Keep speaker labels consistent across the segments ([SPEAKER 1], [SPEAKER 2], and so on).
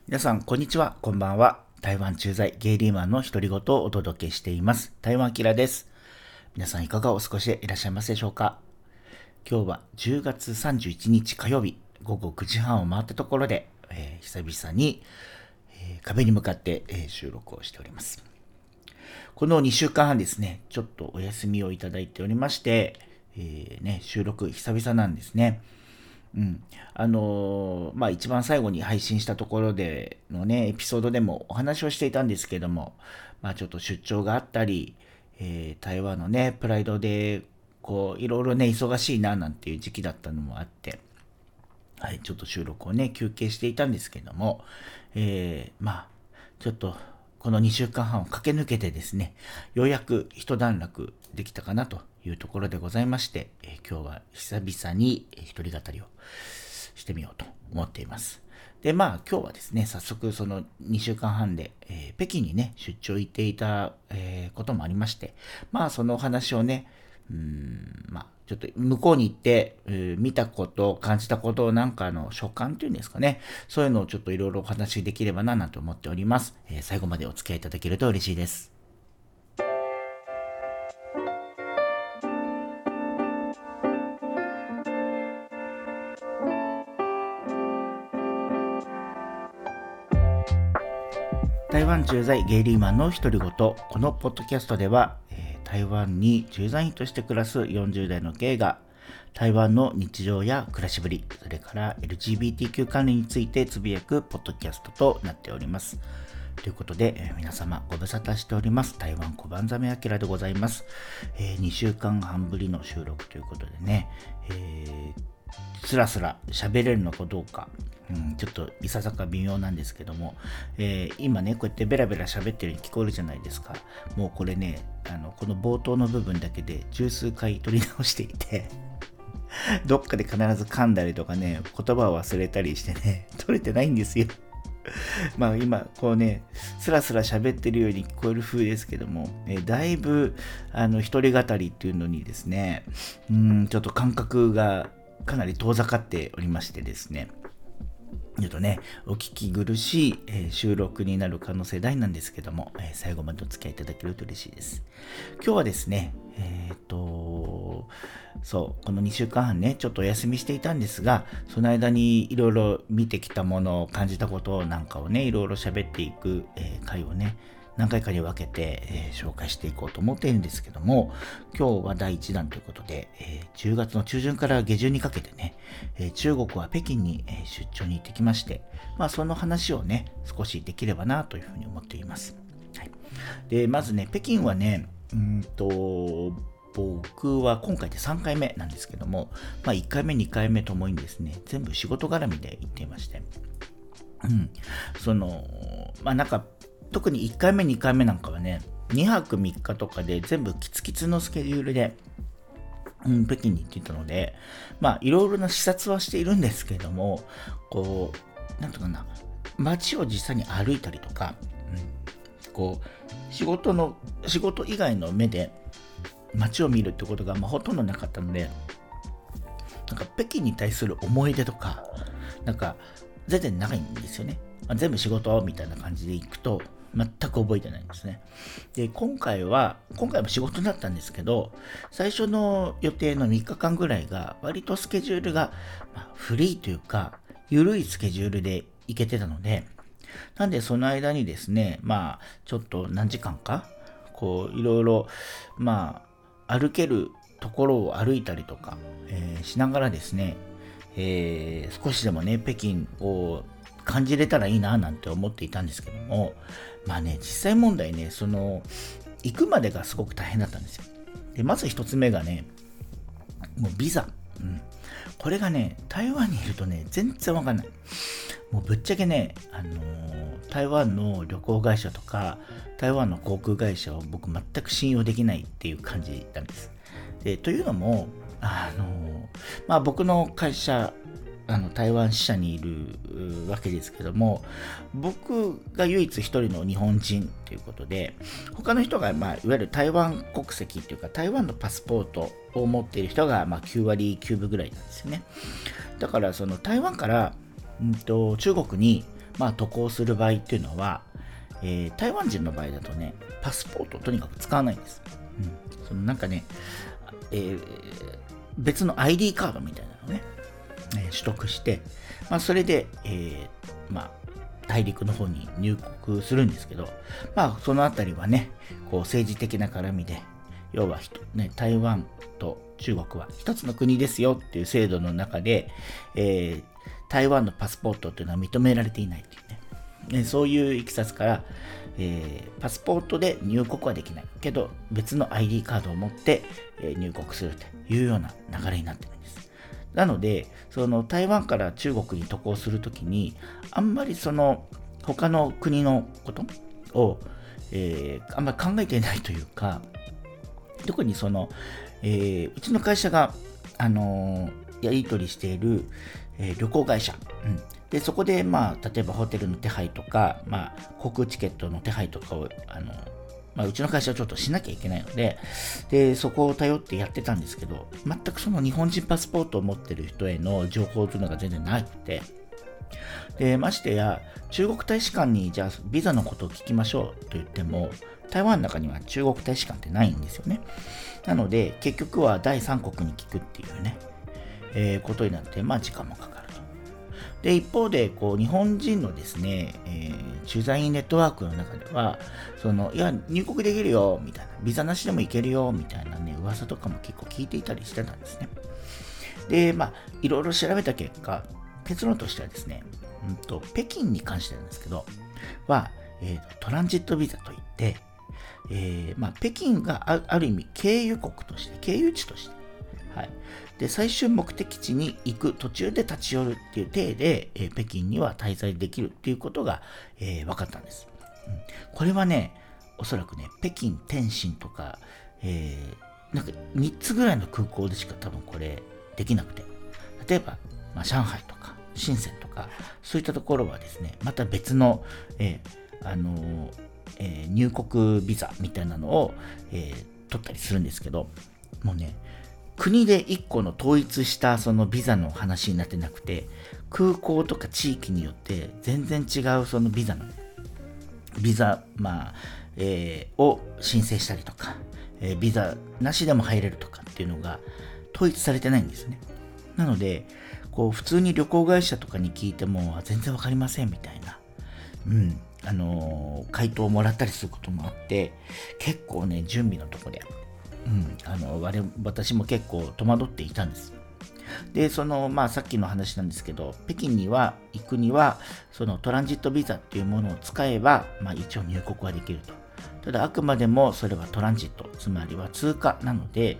[SPEAKER 1] 皆さん、こんにちは、こんばんは。台湾駐在ゲイリーマンの独り言をお届けしています。台湾キラです。皆さん、いかがお過ごしでいらっしゃいますでしょうか？今日は10月31日火曜日、午後9時半を回ったところで、久々に、壁に向かって、収録をしております。この2週間半ですね、ちょっとお休みをいただいておりまして、収録久々なんですね。うん。一番最後に配信したところでのね、エピソードでもお話をしていたんですけども、ちょっと出張があったり、台湾のね、プライドで、いろいろね、忙しいな、なんていう時期だったのもあって、はい、ちょっと収録をね、休憩していたんですけども、ちょっと、この2週間半を駆け抜けてですね、ようやく一段落できたかなというところでございまして、今日は久々に一人語りをしてみようと思っています。で、今日はですね、早速その2週間半で、北京にね、出張行っていた、こともありまして、そのお話をね、ちょっと向こうに行って、見たこと、感じたことをなんか所感っていうんですかね。そういうのをちょっといろいろお話しできればななんて思っております。最後までお付き合いいただけると嬉しいです。台湾駐在ゲイリーマンの独り言。このポッドキャストでは、台湾に駐在員として暮らす40代のゲイが台湾の日常や暮らしぶり、それから LGBTQ 関連についてつぶやくポッドキャストとなっております。ということで、皆様ご無沙汰しております。台湾小判ザメアキラでございます。2週間半ぶりの収録ということでね、スラスラ喋れるのかどうか、ちょっといささか微妙なんですけども、今ね、こうやってベラベラ喋ってるように聞こえるじゃないですか。もうこれね、この冒頭の部分だけで十数回取り直していて、どっかで必ず噛んだりとかね、言葉を忘れたりしてね、取れてないんですよ。今こうねスラスラ喋ってるように聞こえる風ですけども、だいぶ一人語りっていうのにですね、ちょっと感覚がかなり遠ざかっておりましてですね、ちょっとねお聞き苦しい、収録になる可能性大なんですけども、最後までお付き合いいただけると嬉しいです。今日はですねこの2週間半ね、ちょっとお休みしていたんですが、その間にいろいろ見てきたものを感じたことなんかをね、いろいろ喋っていく、回をね、何回かに分けて、紹介していこうと思っているんですけども、今日は第1弾ということで、10月の中旬から下旬にかけてね、中国は北京に、出張に行ってきまして、その話をね、少しできればなというふうに思っています。はい、で、まずね、北京はね、僕は今回で3回目なんですけども、1回目、2回目ともにですね、全部仕事絡みで行っていまして、特に1回目、2回目なんかはね、2泊3日とかで全部キツキツのスケジュールで、北京に行っていたので、いろいろな視察はしているんですけれども、なんとかな、街を実際に歩いたりとか、仕事以外の目で街を見るってことがほとんどなかったので、なんか北京に対する思い出とか、なんか全然ないんですよね。全部仕事みたいな感じで行くと全く覚えてないんですね。で、今回も仕事だったんですけど、最初の予定の3日間ぐらいが割とスケジュールが、フリーというか緩いスケジュールで行けてたので、なんでその間にですね、ちょっと何時間かいろいろ歩けるところを歩いたりとか、しながらですね、少しでもね北京を感じれたらいいななんて思っていたんですけども、実際問題ね、行くまでがすごく大変だったんですよ。で、まず一つ目がね、もうビザ、これがね、台湾にいるとね全然わかんない。もうぶっちゃけね、台湾の旅行会社とか台湾の航空会社を僕全く信用できないっていう感じなんです。で、というのも僕の会社台湾支社にいるわけですけども、僕が唯一一人の日本人ということで、他の人が、いわゆる台湾国籍というか台湾のパスポートを持っている人が、9割9分ぐらいなんですよね。だからその台湾から、中国に、 渡航する場合っていうのは、台湾人の場合だとね、パスポートをとにかく使わないんです。そのなんかね、別の ID カードみたいなのをね、取得して、それで、大陸の方に入国するんですけど、そのあたりはね、こう政治的な絡みで、要は、台湾と中国は一つの国ですよっていう制度の中で、台湾のパスポートっていうのは認められていないっていうね、そういういきさつから、パスポートで入国はできないけど、別の ID カードを持って、入国するというような流れになっているんです。なので、その台湾から中国に渡航するときに、あんまりその他の国のことを、あんまり考えていないというか、特にその、うちの会社が、やり取りしている、旅行会社、でそこで、例えばホテルの手配とか、航空チケットの手配とかをうちの会社はちょっとしなきゃいけないので、そこを頼ってやってたんですけど、全くその日本人パスポートを持ってる人への情報というのが全然なくて、でましてや中国大使館にじゃあビザのことを聞きましょうと言っても、台湾の中には中国大使館ってないんですよね。なので結局は第三国に聞くっていうね、ことになって、時間もかかると。で一方で日本人のですね、駐在員ネットワークの中では、いや入国できるよみたいな、ビザなしでも行けるよみたいなね、噂とかも結構聞いていたりしてたんですね。でいろいろ調べた結果、結論としてはですね、北京に関してなんですけどは、トランジットビザといって、北京がある意味経由国として、経由地として、で最終目的地に行く途中で立ち寄るっていう体で、北京には滞在できるっていうことが、分かったんです。これはね、おそらくね、北京、天津とか、なんか3つぐらいの空港でしか多分これできなくて、例えば、上海とか深センとかそういったところはですね、また別の、入国ビザみたいなのを、取ったりするんですけど、もうね、国で1個の統一したそのビザの話になってなくて、空港とか地域によって全然違うそのビザを申請したりとか、ビザなしでも入れるとかっていうのが統一されてないんですね。なので普通に旅行会社とかに聞いても全然わかりませんみたいな、回答をもらったりすることもあって、結構ね、準備のとこで私も結構戸惑っていたんです。で、さっきの話なんですけど、北京には行くには、そのトランジットビザっていうものを使えば、一応入国はできると。ただ、あくまでもそれはトランジット、つまりは通過なので、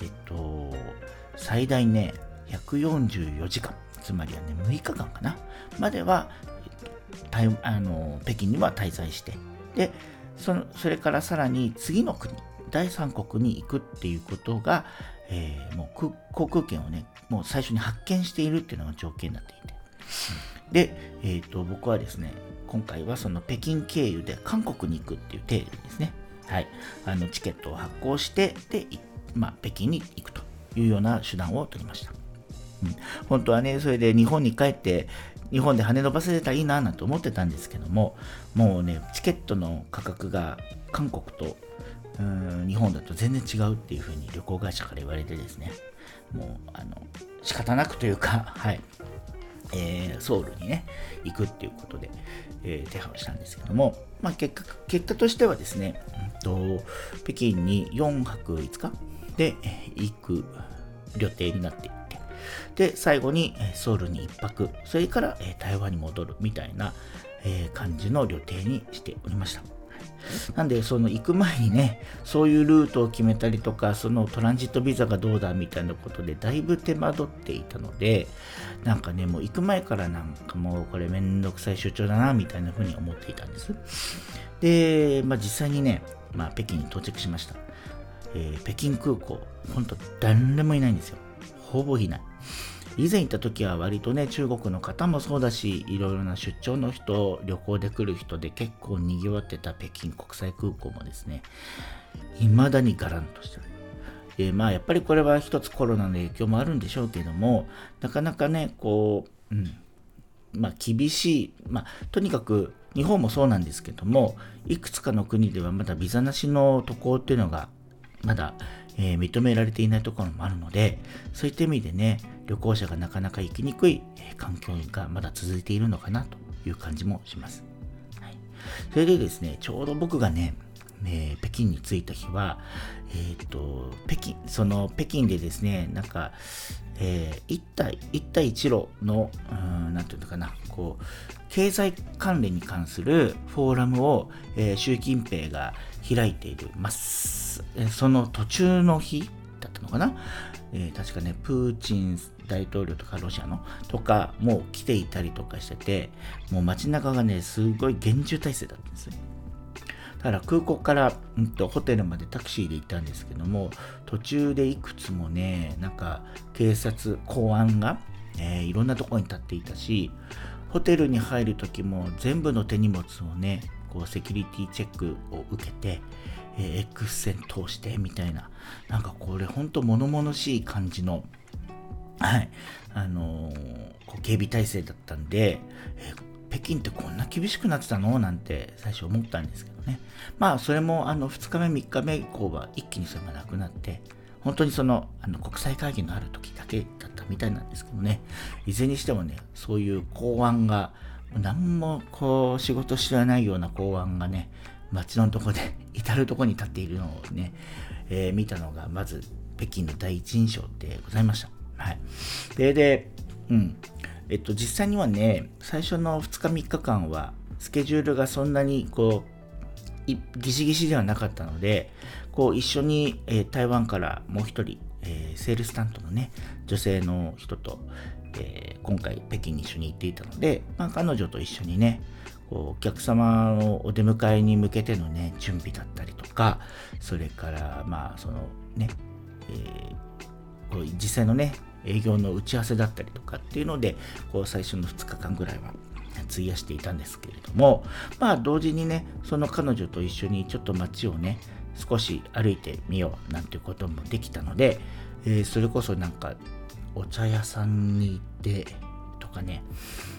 [SPEAKER 1] 最大ね、144時間、つまりはね、6日間かな、までは、北京には滞在して、で、それからさらに次の国、第三国に行くっていうことが、もう航空券をね、もう最初に発見しているっていうのが条件になっていて、で、僕はですね、今回はその北京経由で韓国に行くっていう程度ですね、チケットを発行して、で、北京に行くというような手段を取りました。本当はね、それで日本に帰って、日本で跳ね伸ばせれたらいいななんて思ってたんですけども、もうね、チケットの価格が韓国と日本だと全然違うっていう風に旅行会社から言われてですね、もう仕方なくというか、ソウルにね行くっていうことで、手配をしたんですけども、結果としてはですね、北京に4泊5日で行く予定になっていて、で最後にソウルに1泊、それから台湾に戻るみたいな感じの旅程にしておりました。なんでその行く前にね、そういうルートを決めたりとか、そのトランジットビザがどうだみたいなことでだいぶ手間取っていたので、なんかね、もう行く前からなんかもうこれめんどくさい出張だなみたいな風に思っていたんです。で、実際にね、北京に到着しました。北京空港、ほんと誰もいないんですよ。ほぼいない。以前行った時は割とね、中国の方もそうだし、いろいろな出張の人、旅行で来る人で結構賑わってた北京国際空港もですね、未だにガランとしてる。で、やっぱりこれは一つコロナの影響もあるんでしょうけども、なかなかね、 厳しい、とにかく日本もそうなんですけども、いくつかの国ではまだビザなしの渡航っていうのがまだ、認められていないところもあるので、そういった意味でね、旅行者がなかなか行きにくい、環境がまだ続いているのかなという感じもします。はい、それでですね、ちょうど僕がね、北京に着いた日は、北京でですね、一帯一路の、なんていうのかな、経済関連に関するフォーラムを、習近平が開いているその途中の日だったのかな。確かね、プーチン大統領とかロシアのとかも来ていたりとかしてて、もう街中がね、すごい厳重態勢だったんですよ。だから空港から、ホテルまでタクシーで行ったんですけども、途中でいくつもね、警察、公安が、いろんなところに立っていたし、ホテルに入るときも全部の手荷物をね、セキュリティチェックを受けて、X 線通してみたいな、これほんと物々しい感じの、はい、警備体制だったんで、北京ってこんな厳しくなってたのなんて最初思ったんですけどね。それも2日目3日目以降は一気にそれがなくなって、本当に国際会議のある時だけだったみたいなんですけどね。いずれにしてもね、そういう公安が何も仕事知らないような公安がね、街のとこで至るとこに立っているのをね、見たのがまず北京の第一印象でございました。はい。で、実際にはね、最初の2日3日間はスケジュールがそんなにギシギシではなかったので、一緒に、台湾からもう一人、セールス担当のね、女性の人と、今回北京に一緒に行っていたので、彼女と一緒にね、お客様のお出迎えに向けてのね、準備だったりとか、それから実際のね、営業の打ち合わせだったりとかっていうので、最初の2日間ぐらいは費やしていたんですけれども、同時にね、その彼女と一緒にちょっと街をね、少し歩いてみようなんていうこともできたので、それこそお茶屋さんに行ってとかね、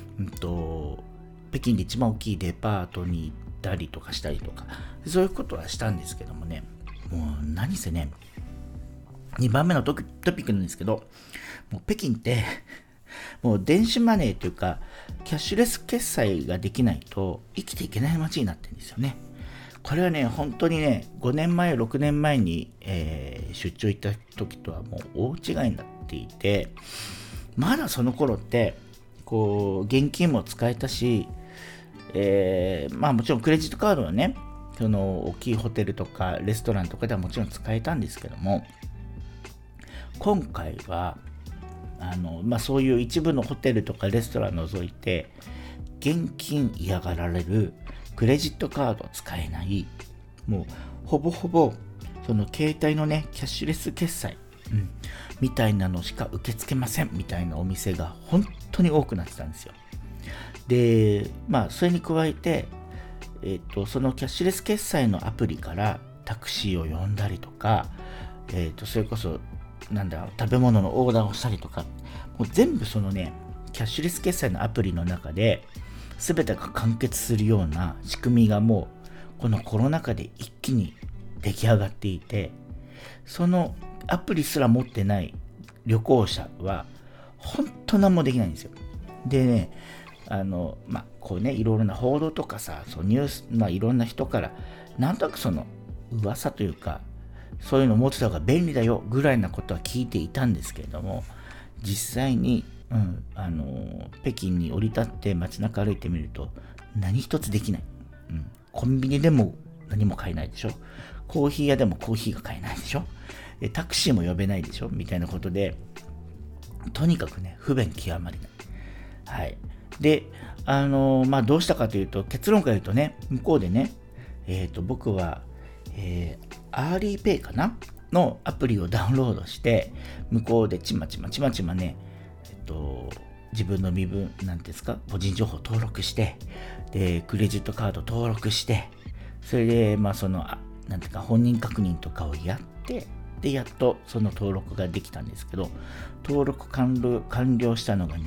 [SPEAKER 1] 北京で一番大きいデパートに行ったりとかしたりとか、そういうことはしたんですけどもね、もう何せね、2番目のトピックなんですけど、もう北京ってもう電子マネーというかキャッシュレス決済ができないと生きていけない街になってるんですよね。これはね、本当にね、5年前6年前に、出張行った時とはもう大違いになっていて、まだその頃って現金も使えたし、もちろんクレジットカードはね、その大きいホテルとかレストランとかではもちろん使えたんですけども、今回はそういう一部のホテルとかレストランを除いて現金嫌がられる、クレジットカード使えない、もうほぼほぼその携帯のねキャッシュレス決済、みたいなのしか受け付けませんみたいなお店が本当に多くなってたんですよ。で、それに加えて、そのキャッシュレス決済のアプリからタクシーを呼んだりとか、それこそ食べ物のオーダーをしたりとか、もう全部そのねキャッシュレス決済のアプリの中で全てが完結するような仕組みがもうこのコロナ禍で一気に出来上がっていて、そのアプリすら持ってない旅行者は本当何もできないんですよ。でね、いろいろな報道とかさ、ニュース、いろんな人からなんとなくその噂というか、そういうのを持ってた方が便利だよぐらいなことは聞いていたんですけれども、実際に、北京に降り立って街中歩いてみると何一つできない、コンビニでも何も買えないでしょ、コーヒー屋でもコーヒーが買えないでしょ、タクシーも呼べないでしょみたいなことで、とにかくね不便極まりない。はい。で、どうしたかというと、結論から言うとね、向こうでね、僕はアーリーペイかなのアプリをダウンロードして、向こうでちまちまね、自分の身分なんですか、個人情報登録して、でクレジットカード登録して、それで本人確認とかをやって、やっとその登録ができたんですけど、登録完了したのがね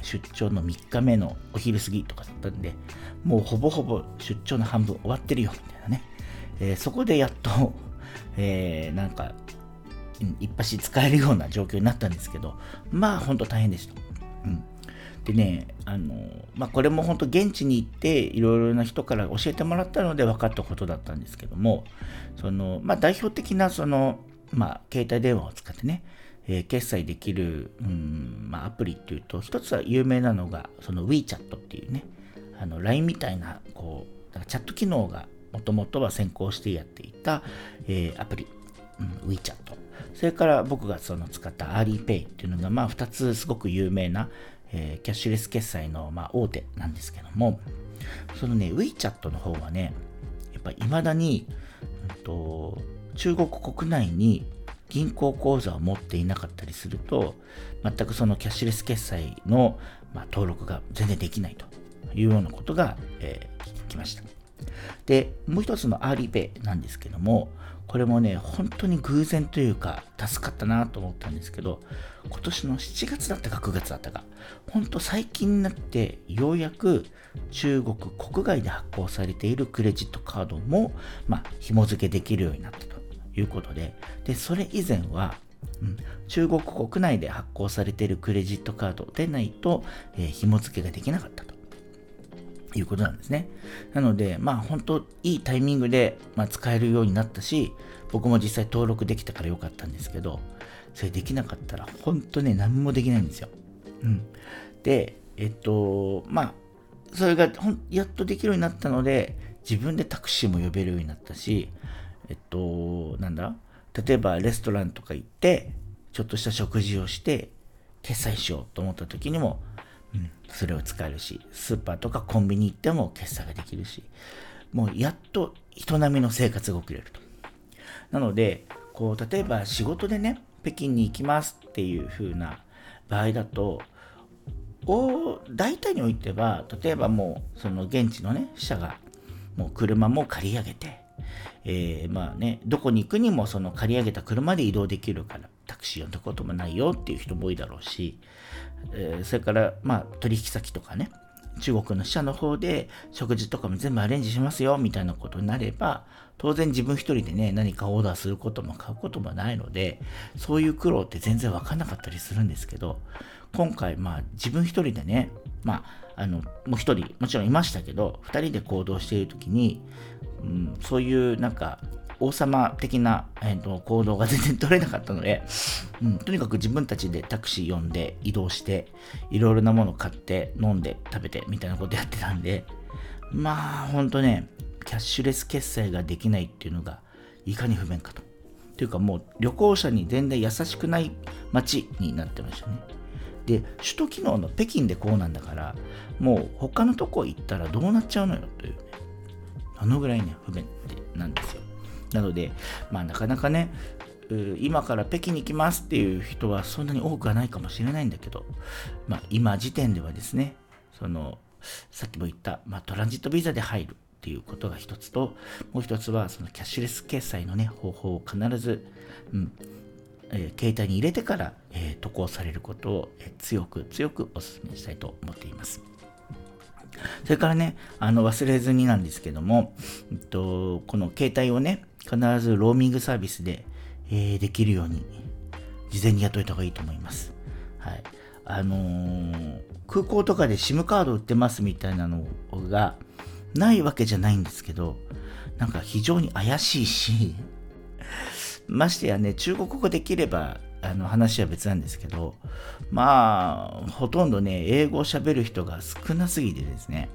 [SPEAKER 1] 出張の3日目のお昼過ぎとかだったんで、もうほぼほぼ出張の半分終わってるよみたいなね、そこでやっと、なんか一発使えるような状況になったんですけど、まあ本当大変でした。でね、これも本当現地に行っていろいろな人から教えてもらったので分かったことだったんですけども、代表的な携帯電話を使ってね、決済できる、アプリっていうと、一つは有名なのがその WeChat っていうね、LINE みたいなチャット機能がもともとは先行してやっていた、アプリ、WeChat。それから僕が使ったアーリーペイっていうのが2つすごく有名な、キャッシュレス決済の大手なんですけども、そのね WeChat の方はね、やっぱり未だに、中国国内に銀行口座を持っていなかったりすると、全くそのキャッシュレス決済の、登録が全然できないというようなことが、聞きました。で、もう一つのアーリーペイなんですけども、これもね、本当に偶然というか、助かったなと思ったんですけど、今年の7月だったか9月だったか、本当最近になって、ようやく中国国外で発行されているクレジットカードも、紐付けできるようになったということで、それ以前は、中国国内で発行されているクレジットカードでないと、紐付けができなかったということなんですね。なので、本当いいタイミングで、使えるようになったし、僕も実際登録できたからよかったんですけど、それできなかったら本当ね、何もできないんですよ。で、それがやっとできるようになったので、自分でタクシーも呼べるようになったし、例えばレストランとか行って、ちょっとした食事をして、決済しようと思った時にも、それを使えるし、スーパーとかコンビニ行っても決済ができるし、もうやっと人並みの生活が送れると。なので、例えば仕事でね、北京に行きますっていう風な場合だと、大体においては、例えばもうその現地のね、社がもう車も借り上げて、どこに行くにもその借り上げた車で移動できるから、タクシー呼んだこともないよっていう人も多いだろうし、それから取引先とかね、中国の支社の方で食事とかも全部アレンジしますよみたいなことになれば、当然自分一人でね、何かオーダーすることも買うこともないので、そういう苦労って全然わかんなかったりするんですけど、今回自分一人でね、もう一人もちろんいましたけど、二人で行動しているときに、そういう王様的な、行動が全然取れなかったので、とにかく自分たちでタクシー呼んで移動して、いろいろなものを買って飲んで食べてみたいなことやってたんで、ほんとね、キャッシュレス決済ができないっていうのがいかに不便かと。というかもう旅行者に全然優しくない街になってましたね。で、首都機能の北京でこうなんだから、もう他のとこ行ったらどうなっちゃうのよというね、あのぐらいね、不便なんですよ。なので、なかなかね、今から北京に行きますっていう人はそんなに多くはないかもしれないんだけど、今時点ではですね、さっきも言った、トランジットビザで入るっていうことが一つと、もう一つはそのキャッシュレス決済のね、方法を必ず、携帯に入れてから、渡航されることを、強くお勧めしたいと思っています。それからね、忘れずになんですけども、この携帯をね、必ずローミングサービスで、できるように事前にやっといた方がいいと思います。はい。空港とかで SIM カード売ってますみたいなのがないわけじゃないんですけど、非常に怪しいし、ましてやね、中国語できれば話は別なんですけど、ほとんどね、英語を喋る人が少なすぎてですね、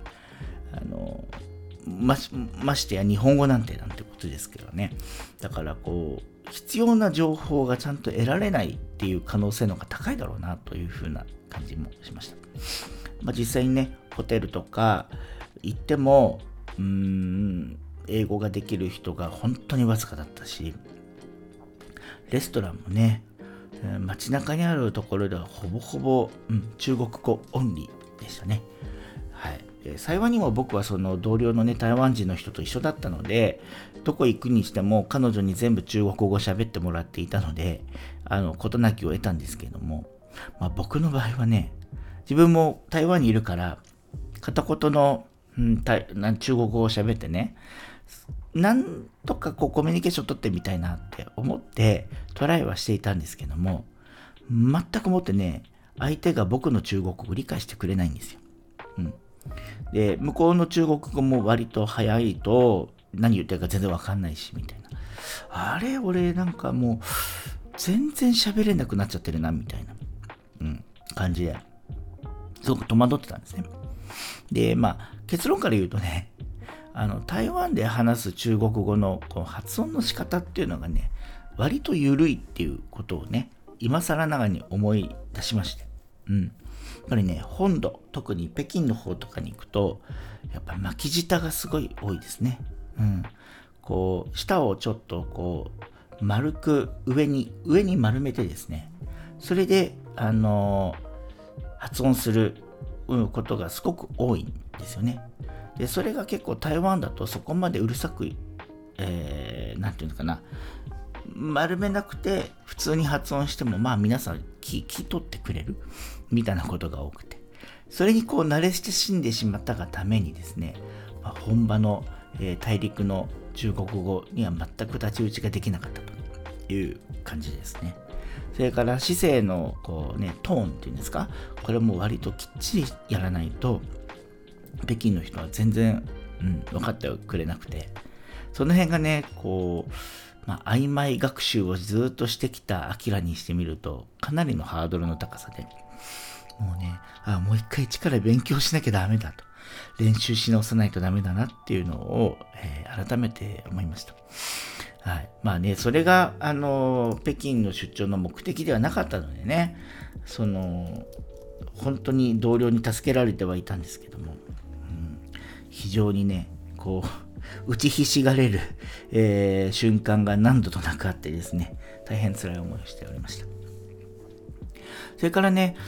[SPEAKER 1] ましてや日本語なんてことですけどね。だから必要な情報がちゃんと得られないっていう可能性の方が高いだろうなというふうな感じもしました。実際にね、ホテルとか行っても、英語ができる人が本当にわずかだったし、レストランもね、街中にあるところではほぼほぼ、中国語オンリーでしたね。はい。幸いにも僕はその同僚のね、台湾人の人と一緒だったので、どこ行くにしても彼女に全部中国語を喋ってもらっていたので、事なきを得たんですけれども、僕の場合はね、 自分も台湾にいるから、片言の、中国語を喋ってね、なんとかこうコミュニケーション取ってみたいなって思ってトライはしていたんですけども、全くもってね、相手が僕の中国語を理解してくれないんですよ。で、向こうの中国語も割と早いと何言ってるか全然わかんないしみたいな。あれ、俺なんかもう全然喋れなくなっちゃってるなみたいな、感じですごく戸惑ってたんですね。で、結論から言うとね、台湾で話す中国語のこの発音の仕方っていうのがね、割と緩いっていうことをね、今更ながらに思い出しまして。やっぱりね、本土、特に北京の方とかに行くと、やっぱり巻き舌がすごい多いですね。こう、舌をちょっとこう、丸く上に丸めてですね、それで、発音することがすごく多いんですよね。で、それが結構台湾だとそこまでうるさく、なんていうのかな、丸めなくて普通に発音しても皆さん聞き取ってくれるみたいなことが多くて、それにこう慣れ親しんでしまったがためにですね、本場の、大陸の中国語には全く太刀打ちができなかったという感じですね。それから姿勢のこう、トーンっていうんですか、これも割ときっちりやらないと北京の人は全然、分かってくれなくて、その辺がね、こう、曖昧学習をずっとしてきたアキラにしてみると、かなりのハードルの高さで、もうね、もう一回一から勉強しなきゃダメだと、練習し直さないとダメだなっていうのを、改めて思いました。はい。それが、北京の出張の目的ではなかったのでね、本当に同僚に助けられてはいたんですけども、非常にね、こう、打ちひしがれる、瞬間が何度となくあってですね、大変辛い思いをしておりました。それからね、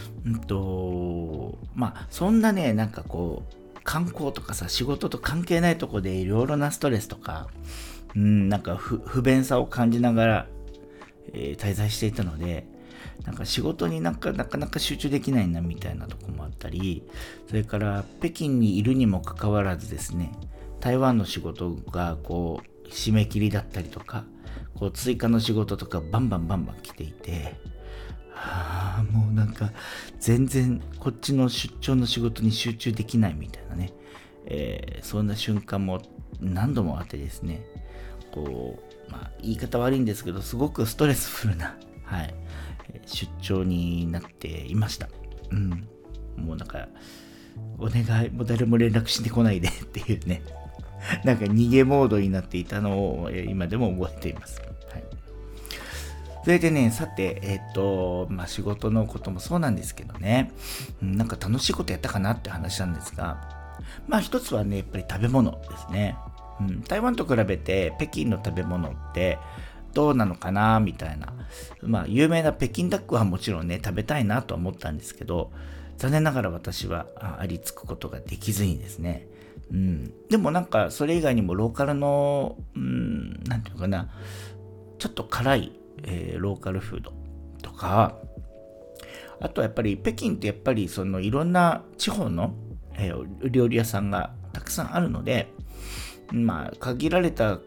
[SPEAKER 1] そんなね、なんかこう、観光とかさ、仕事と関係ないとこでいろいろなストレスとか、なんか不便さを感じながら、滞在していたので、なんか仕事になかなか集中できないなみたいなとこもあったり、それから北京にいるにもかかわらずですね、台湾の仕事がこう締め切りだったりとか、こう追加の仕事とかバンバン来ていて、もうなんか全然こっちの出張の仕事に集中できないみたいなね、そんな瞬間も何度もあってですね、こう、言い方悪いんですけど、すごくストレスフルな、出張になっていました。もうなんか、お願い、もう誰も連絡してこないでっていうね、なんか逃げモードになっていたのを今でも覚えています。それでね、さて、仕事のこともそうなんですけどね、なんか楽しいことやったかなって話なんですが、一つはね、やっぱり食べ物ですね。台湾と比べて北京の食べ物ってどうなのかなみたいな。有名な北京ダックはもちろんね、食べたいなとは思ったんですけど、残念ながら私はありつくことができずにですね。でもなんかそれ以外にもローカルの、なんていうのかな、ちょっと辛い、ローカルフードとか、あとやっぱり北京ってやっぱりそのいろんな地方の、料理屋さんがたくさんあるので、限られた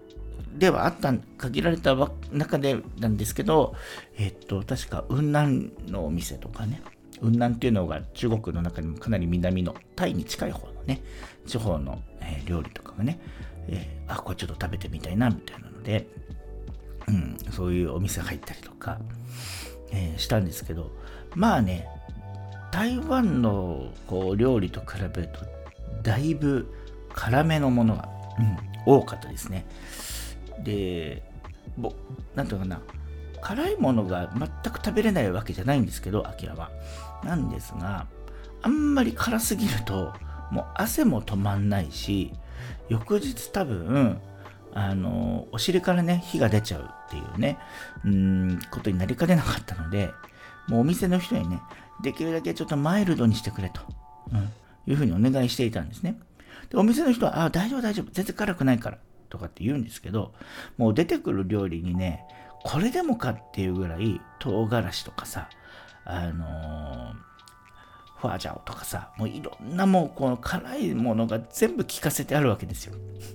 [SPEAKER 1] 中でなんですけど、確か雲南のお店とかね、雲南っていうのが中国の中でもかなり南のタイに近い方のね、地方の、料理とかがね、これちょっと食べてみたいなみたいなので、そういうお店入ったりとか、したんですけど、台湾のこう料理と比べるとだいぶ辛めのものが、多かったですね。で、なんていうかな、辛いものが全く食べれないわけじゃないんですけど、アキラは。なんですが、あんまり辛すぎると、もう汗も止まんないし、翌日多分、お尻からね、火が出ちゃうっていうね、ことになりかねなかったので、もうお店の人にね、できるだけちょっとマイルドにしてくれと、いうふうにお願いしていたんですね。で、お店の人は、大丈夫、全然辛くないから、とかって言うんですけど、もう出てくる料理にね、これでもかっていうぐらい、唐辛子とかさ、 ファージャオとかさ、もういろんなもうこの辛いものが全部効かせてあるわけですよ。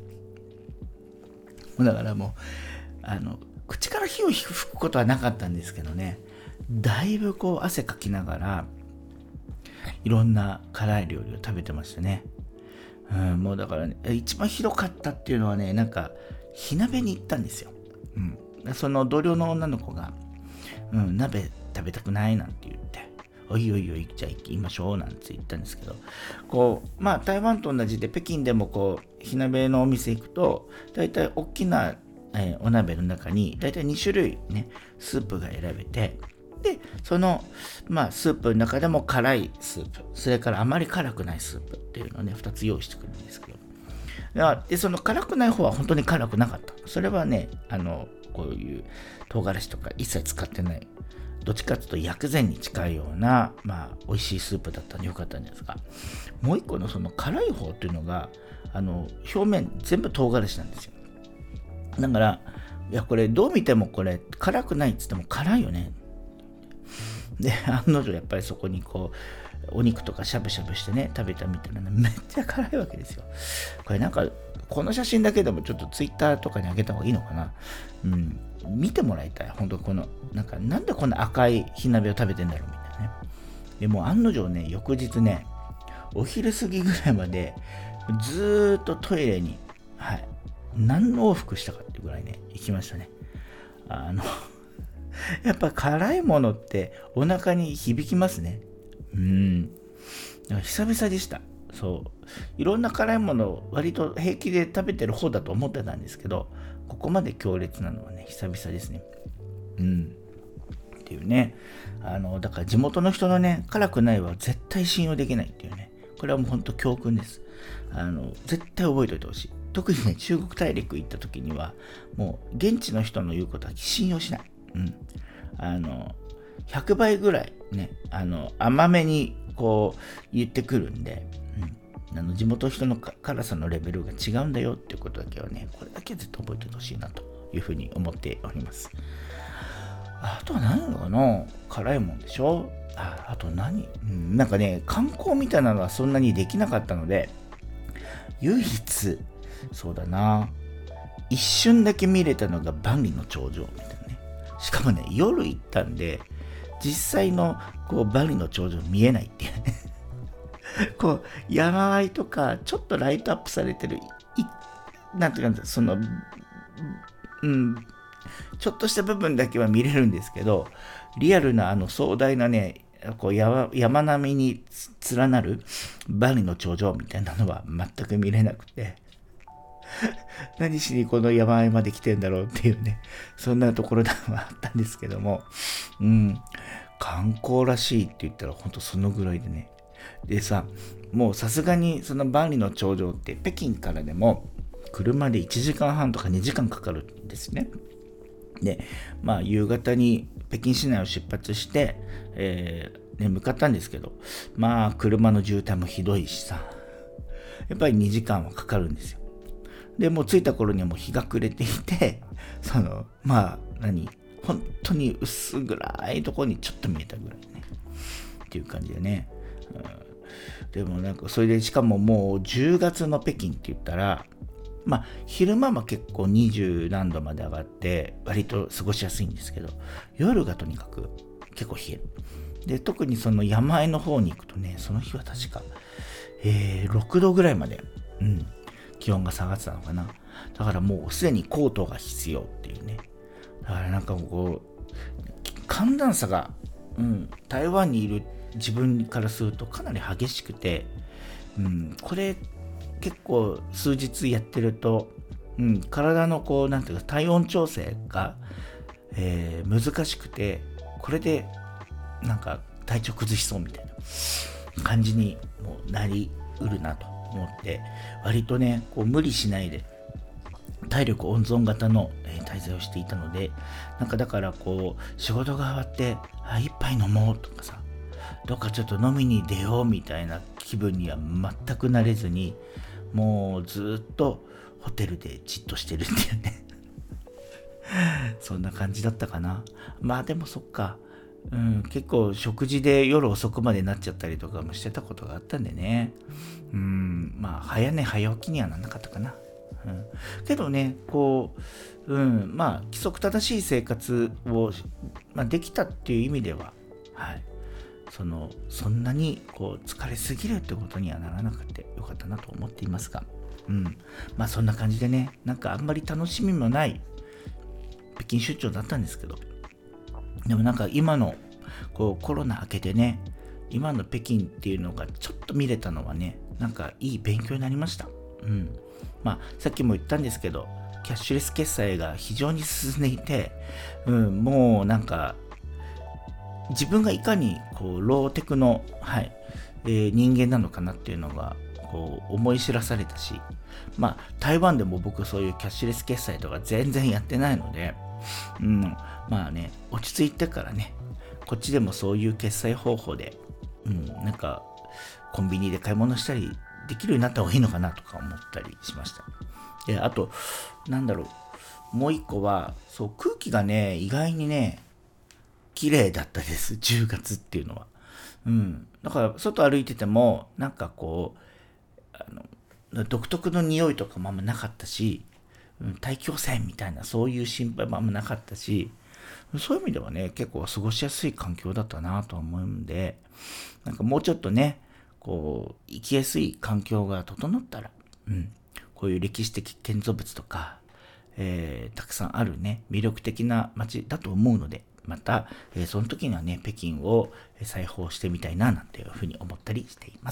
[SPEAKER 1] だからもう口から火を吹くことはなかったんですけどね、だいぶこう汗かきながらいろんな辛い料理を食べてましたね。もうだからね、一番ひどかったっていうのはね、なんか火鍋に行ったんですよ。その同僚の女の子が、鍋食べたくないなんて言って、おいおいおい、じゃあ行きましょうなんて言ったんですけど、こう台湾と同じで北京でもこう火鍋のお店行くと、だいたい大きな、お鍋の中にだいたい2種類ねスープが選べて、でそのスープの中でも辛いスープ、それからあまり辛くないスープっていうのをね2つ用意してくるんですけど、でその辛くない方は本当に辛くなかった。それはねこういう唐辛子とか一切使ってない、どっちかというと薬膳に近いような美味しいスープだったんでよかったんですが、もう一個のその辛い方っていうのが表面全部唐辛子なんですよ。だからいやこれどう見てもこれ辛くないっつっても辛いよね。で案の定やっぱりそこにこうお肉とかしゃぶしゃぶしてね食べたみたいなのめっちゃ辛いわけですよ。これなんかこの写真だけでもちょっとツイッターとかに上げた方がいいのかな。見てもらいたい。本当このなんでこんな赤い火鍋を食べてんだろうみたいなね。でもう案の定ね、翌日ねお昼過ぎぐらいまでずーっとトイレに何往復したかっていうぐらいね行きましたね。やっぱ辛いものってお腹に響きますね。だから久々でした。そういろんな辛いものを割と平気で食べてる方だと思ってたんですけど、ここまで強烈なのはね久々ですね。っていうね、だから地元の人のね辛くないは絶対信用できないっていうね、これはもう本当教訓です。絶対覚えておいてほしい。特にね中国大陸行った時にはもう現地の人の言うことは信用しない。100倍ぐらいね甘めにこう言ってくるんで、地元の人の辛さのレベルが違うんだよっていうことだけはね、これだけは絶対覚えておいてほしいなというふうに思っております。あとは何なのかな、辛いもんでしょ。あと何、なんかね観光みたいなのはそんなにできなかったので、唯一そうだな、一瞬だけ見れたのが万里の長城みたいなね。しかもね夜行ったんで実際のこう万里の長城見えないっていうねこう山あいとかちょっとライトアップされてるなんていうかそのちょっとした部分だけは見れるんですけど、リアルな壮大なねこう山並みに連なる万里の長城みたいなのは全く見れなくて何しにこの山あいまで来てんだろうっていうね、そんなところではあったんですけども、観光らしいって言ったらほんとそのぐらいでね。でさ、もうさすがにその万里の長城って北京からでも車で1時間半とか2時間かかるんですね。で夕方に北京市内を出発して、向かったんですけど、車の渋滞もひどいしさ、やっぱり2時間はかかるんですよ。でもう着いた頃にはもう日が暮れていて、本当に薄暗いところにちょっと見えたぐらいねっていう感じでね。でもなんかそれでしかももう10月の北京って言ったら、昼間は結構20何度まで上がって割と過ごしやすいんですけど、夜がとにかく結構冷える。で特にその山あいの方に行くとね、その日は確か、6度ぐらいまで、気温が下がってたのかな。だからもうすでにコートが必要っていうね。だからなんかこう寒暖差が、台湾にいる自分からするとかなり激しくて、これ結構数日やってると、体のこうなんていうか体温調整が、難しくて、これでなんか体調崩しそうみたいな感じにもなりうるなと思って、割とねこう無理しないで体力温存型の滞在をしていたので、だからこう仕事が終わって一杯飲もうとかさ、どっかちょっと飲みに出ようみたいな気分には全くなれずに、もうずっとホテルでじっとしてるっていうねそんな感じだったかな。でもそっか、 結構食事で夜遅くまでなっちゃったりとかもしてたことがあったんでね。まあ早寝早起きにはならなかったかな。けどね、まあ規則正しい生活を、できたっていう意味では、そんなに疲れすぎるってことにはならなくてよかったなと思っていますが、まあそんな感じでね、なんかあんまり楽しみもない北京出張だったんですけど、でもなんか今のコロナ明けてね、今の北京っていうのがちょっと見れたのはね、なんかいい勉強になりました。まあさっきも言ったんですけど、キャッシュレス決済が非常に進んでいて、もうなんか自分がいかにローテクの、人間なのかなっていうのが思い知らされたし、まあ台湾でも僕そういうキャッシュレス決済とか全然やってないので、まあね、落ち着いてからね、こっちでもそういう決済方法で、なんかコンビニで買い物したりできるようになった方がいいのかなとか思ったりしました。で、あともう一個は空気がね、意外にね綺麗だったです、10月っていうのは。だから外歩いててもなんか独特の匂いとかもあんまなかったし、大気汚染みたいなそういう心配もあんまなかったし、そういう意味ではね、結構過ごしやすい環境だったなと思うんで、なんかもうちょっとね、生きやすい環境が整ったら、こういう歴史的建造物とか、たくさんあるね、魅力的な街だと思うので、また、その時にはね、北京を再訪してみたいななんていうふうに思ったりしています。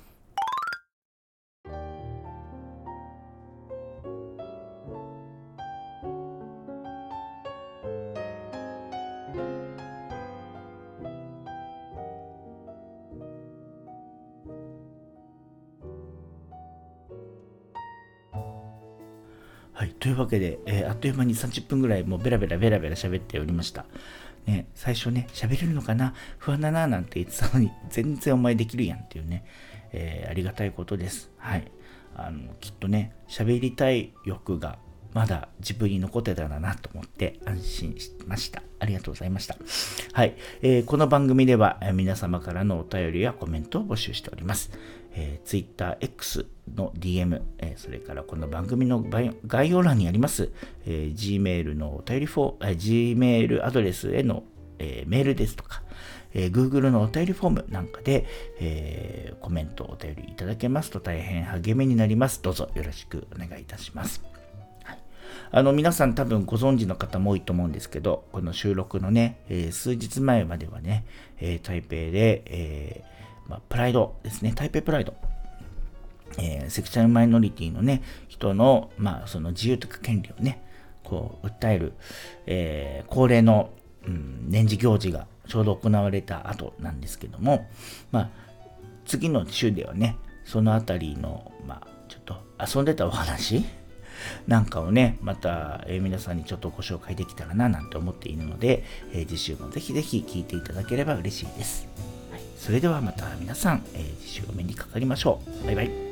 [SPEAKER 1] はい、というわけで、あっという間に30分ぐらいもうベラベラ喋っておりました。ね、最初ね、喋れるのかな不安だななんて言ってたのに、全然お前できるやんっていうね、ありがたいことです。はい。きっとね、喋りたい欲がまだ自分に残ってたんだなと思って安心しました。ありがとうございました。はい。この番組では、皆様からのお便りやコメントを募集しております。Twitter X の DM、それからこの番組の概要欄にあります、Gmail のお便りGmail アドレスへの、メールですとか、Google のお便りフォームなんかで、コメントお便りいただけますと大変励みになります。どうぞよろしくお願いいたします。皆さん多分ご存知の方も多いと思うんですけど、この収録のね、数日前まではね、台北で、プライドですね、台北プライド、セクシャルマイノリティのね、人の、その自由とか権利をね、訴える、恒例の、年次行事がちょうど行われた後なんですけども、次の週ではね、そのあたりの、ちょっと遊んでたお話なんかをね、また、皆さんにちょっとご紹介できたらななんて思っているので、次週もぜひぜひ聞いていただければ嬉しいです。はい、それではまた皆さん、次週お目にかかりましょう。バイバイ。